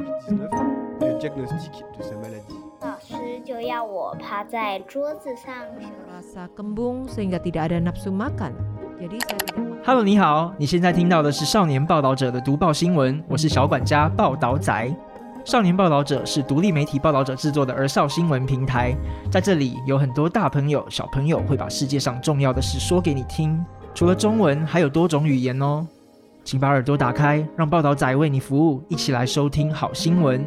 COVID-19 et le diagnostic de sa maladie. 老师就要我趴在桌子上休息。 Rasa kembung sehingga tidak ada nafsu makan. Jadi saya tidak Hello， 你好，你现在听到的是少年报道者的读报新闻，我是小管家报道仔。少年报道者是独立媒体报道者制作的儿少新闻平台，在这里有很多大朋友、小朋友会把世界上重要的事说给你听，除了中文，还有多种语言哦。请把耳朵打开，让报道仔为你服务，一起来收听好新闻。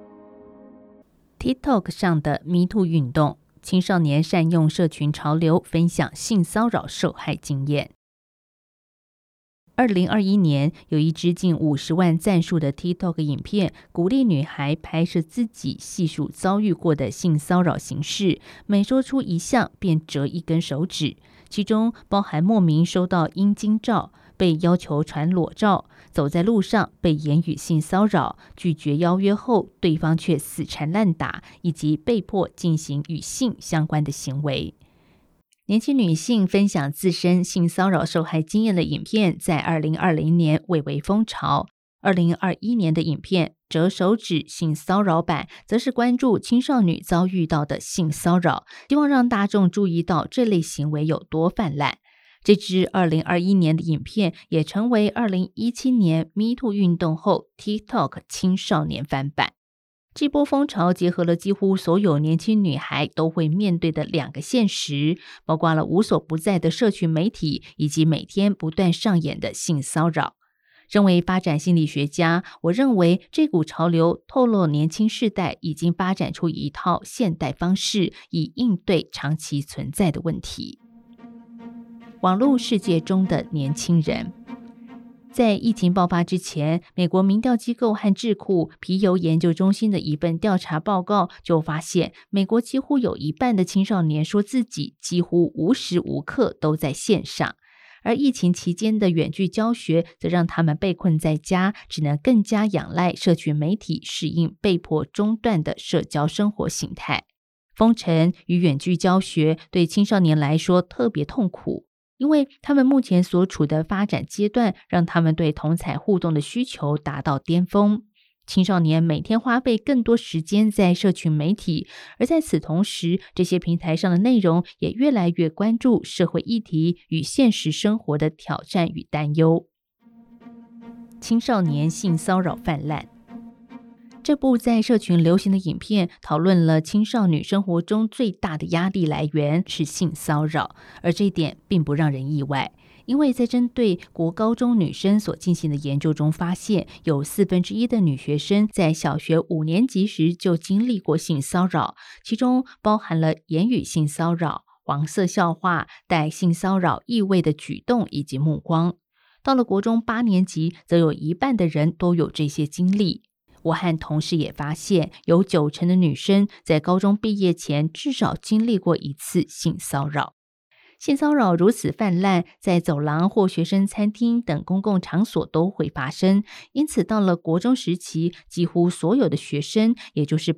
TikTok 上的 MeToo 运动，青少年善用社群潮流分享性骚扰受害经验。2021年，有一支近50万赞数的 TikTok 影片，鼓励女孩拍摄自己细数遭遇过的性骚扰形式，每说出一项便折一根手指，其中包含莫名收到阴茎照、被要求传裸照、走在路上被言语性骚扰、拒绝邀约后对方却死缠烂打，以及被迫进行与性相关的行为。年轻女性分享自身性骚扰受害经验的影片在2020年蔚为风潮。2021年的影片折手指性骚扰版则是关注青少女遭遇到的性骚扰，希望让大众注意到这类行为有多泛滥。这支2021年的影片也成为2017年 MeToo 运动后 TikTok 青少年翻版。这波风潮结合了几乎所有年轻女孩都会面对的两个现实，包括了无所不在的社群媒体，以及每天不断上演的性骚扰。身为发展心理学家，我认为这股潮流透露年轻世代已经发展出一套现代方式，以应对长期存在的问题。网络世界中的年轻人。在疫情爆发之前，美国民调机构和智库皮尤研究中心的一份调查报告就发现，美国几乎有一半的青少年说自己几乎无时无刻都在线上，而疫情期间的远距教学则让他们被困在家，只能更加仰赖社群媒体适应被迫中断的社交生活形态。封城与远距教学对青少年来说特别痛苦，因为他们目前所处的发展阶段让他们对同侪互动的需求达到巅峰。青少年每天花费更多时间在社群媒体，而在此同时，这些平台上的内容也越来越关注社会议题与现实生活的挑战与担忧。青少年性骚扰泛滥。这部在社群流行的影片讨论了青少女生活中最大的压力来源是性骚扰，而这一点并不让人意外，因为在针对国高中女生所进行的研究中发现，有1/4的女学生在小学5年级时就经历过性骚扰，其中包含了言语性骚扰、黄色笑话、带性骚扰意味的举动以及目光。到了国中8年级，则有一半的人都有这些经历。我和同事也发现，有90%的女生在高中毕业前至少经历过一次性骚扰。性骚扰如此泛滥，在走廊或学生餐厅等公共场所都会发生，因此到了国中时期，几乎所有的学生，也就是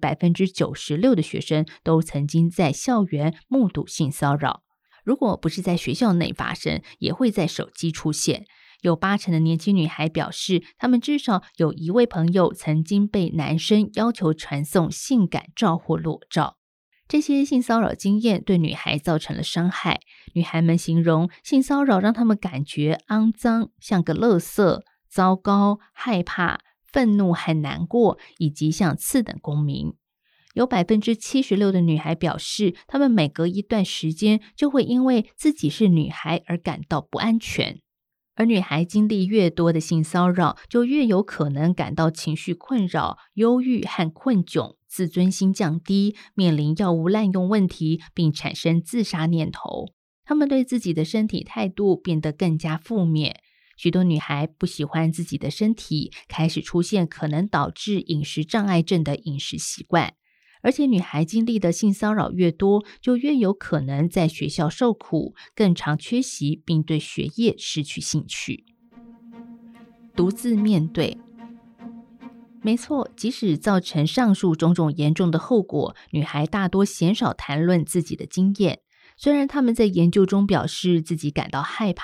96%的学生，都曾经在校园目睹性骚扰。如果不是在学校内发生，也会在手机出现。有80%的年轻女孩表示，她们至少有一位朋友曾经被男生要求传送性感照或裸照。这些性骚扰经验对女孩造成了伤害。女孩们形容性骚扰让她们感觉肮脏，像个垃圾，糟糕、害怕、愤怒和难过，以及像次等公民。有76%的女孩表示，她们每隔一段时间就会因为自己是女孩而感到不安全。而女孩经历越多的性骚扰，就越有可能感到情绪困扰、忧郁和困窘，自尊心降低，面临药物滥用问题，并产生自杀念头。她们对自己的身体态度变得更加负面。许多女孩不喜欢自己的身体，开始出现可能导致饮食障碍症的饮食习惯。而且女孩经历的性骚扰越多，就越有可能在学校受苦，更常缺席，并对学业失去兴趣。独自面对。没错，即使造成上述种种严重的后果，女孩大多鲜少谈论自己的经验。虽然他们在研究中表示自己感到害怕、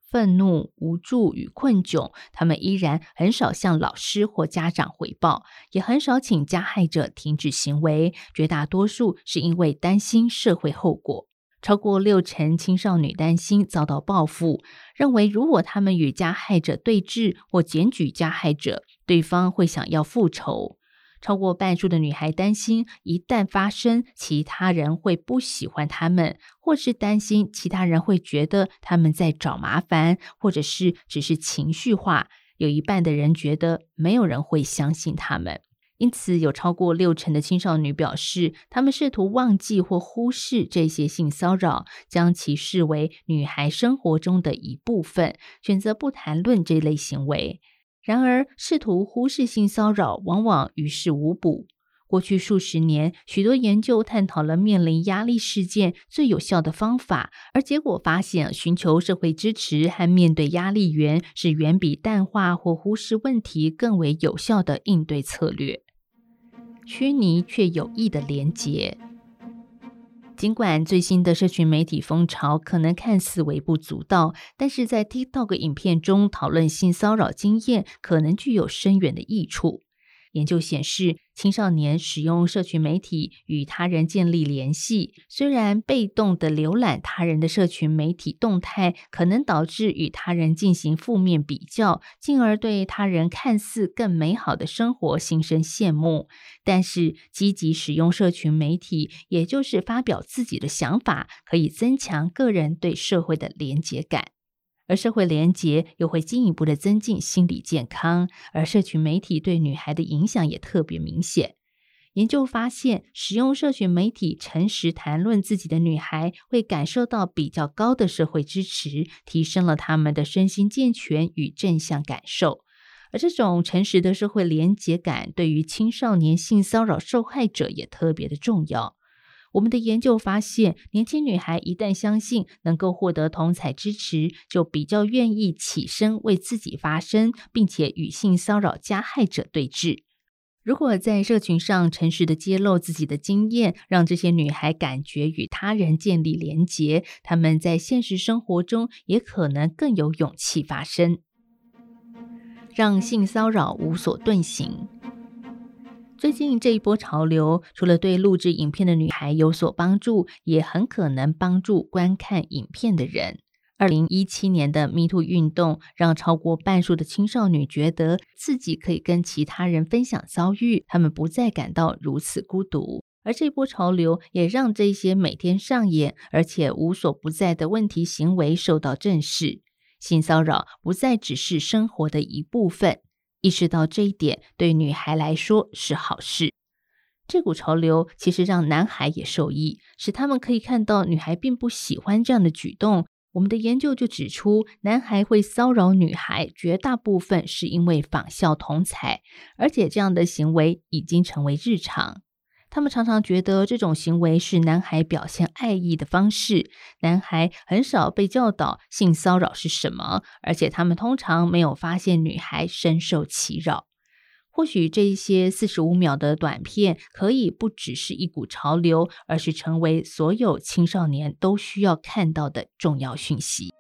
愤怒、无助与困窘，他们依然很少向老师或家长回报，也很少请加害者停止行为，绝大多数是因为担心社会后果。超过60%青少女担心遭到报复，认为如果他们与加害者对峙或检举加害者，对方会想要复仇。超过半数的女孩担心一旦发生，其他人会不喜欢他们，或是担心其他人会觉得他们在找麻烦，或者是只是情绪化。有一半的人觉得没有人会相信他们。因此，有超过60%的青少女表示，她们试图忘记或忽视这些性骚扰，将其视为女孩生活中的一部分，选择不谈论这类行为。然而，试图忽视性骚扰往往于事无补。过去数十年，许多研究探讨了面临压力事件最有效的方法，而结果发现，寻求社会支持和面对压力源是远比淡化或忽视问题更为有效的应对策略。虚拟却有益的连结。尽管最新的社群媒体风潮可能看似微不足道，但是在 TikTok 影片中讨论性骚扰经验可能具有深远的益处。研究显示，青少年使用社群媒体与他人建立联系，虽然被动的浏览他人的社群媒体动态可能导致与他人进行负面比较，进而对他人看似更美好的生活心生羡慕，但是积极使用社群媒体，也就是发表自己的想法，可以增强个人对社会的连结感。而社会连结又会进一步的增进心理健康，而社群媒体对女孩的影响也特别明显。研究发现，使用社群媒体诚实谈论自己的女孩会感受到比较高的社会支持，提升了她们的身心健全与正向感受。而这种诚实的社会连结感对于青少年性骚扰受害者也特别的重要。我们的研究发现，年轻女孩一旦相信能够获得同侪支持，就比较愿意起身为自己发声，并且与性骚扰加害者对峙。如果在社群上诚实的揭露自己的经验，让这些女孩感觉与他人建立连结，她们在现实生活中也可能更有勇气发声，让性骚扰无所遁形。最近这一波潮流，除了对录制影片的女孩有所帮助，也很可能帮助观看影片的人。2017年的 MeToo 运动让超过半数的青少女觉得自己可以跟其他人分享遭遇，她们不再感到如此孤独。而这波潮流也让这些每天上演而且无所不在的问题行为受到正视。性骚扰不再只是生活的一部分，意识到这一点对女孩来说是好事。这股潮流其实让男孩也受益，使他们可以看到女孩并不喜欢这样的举动。我们的研究就指出，男孩会骚扰女孩，绝大部分是因为仿效同侪，而且这样的行为已经成为日常。他们常常觉得这种行为是男孩表现爱意的方式，男孩很少被教导性骚扰是什么，而且他们通常没有发现女孩深受其扰。或许这些45秒的短片可以不只是一股潮流，而是成为所有青少年都需要看到的重要讯息。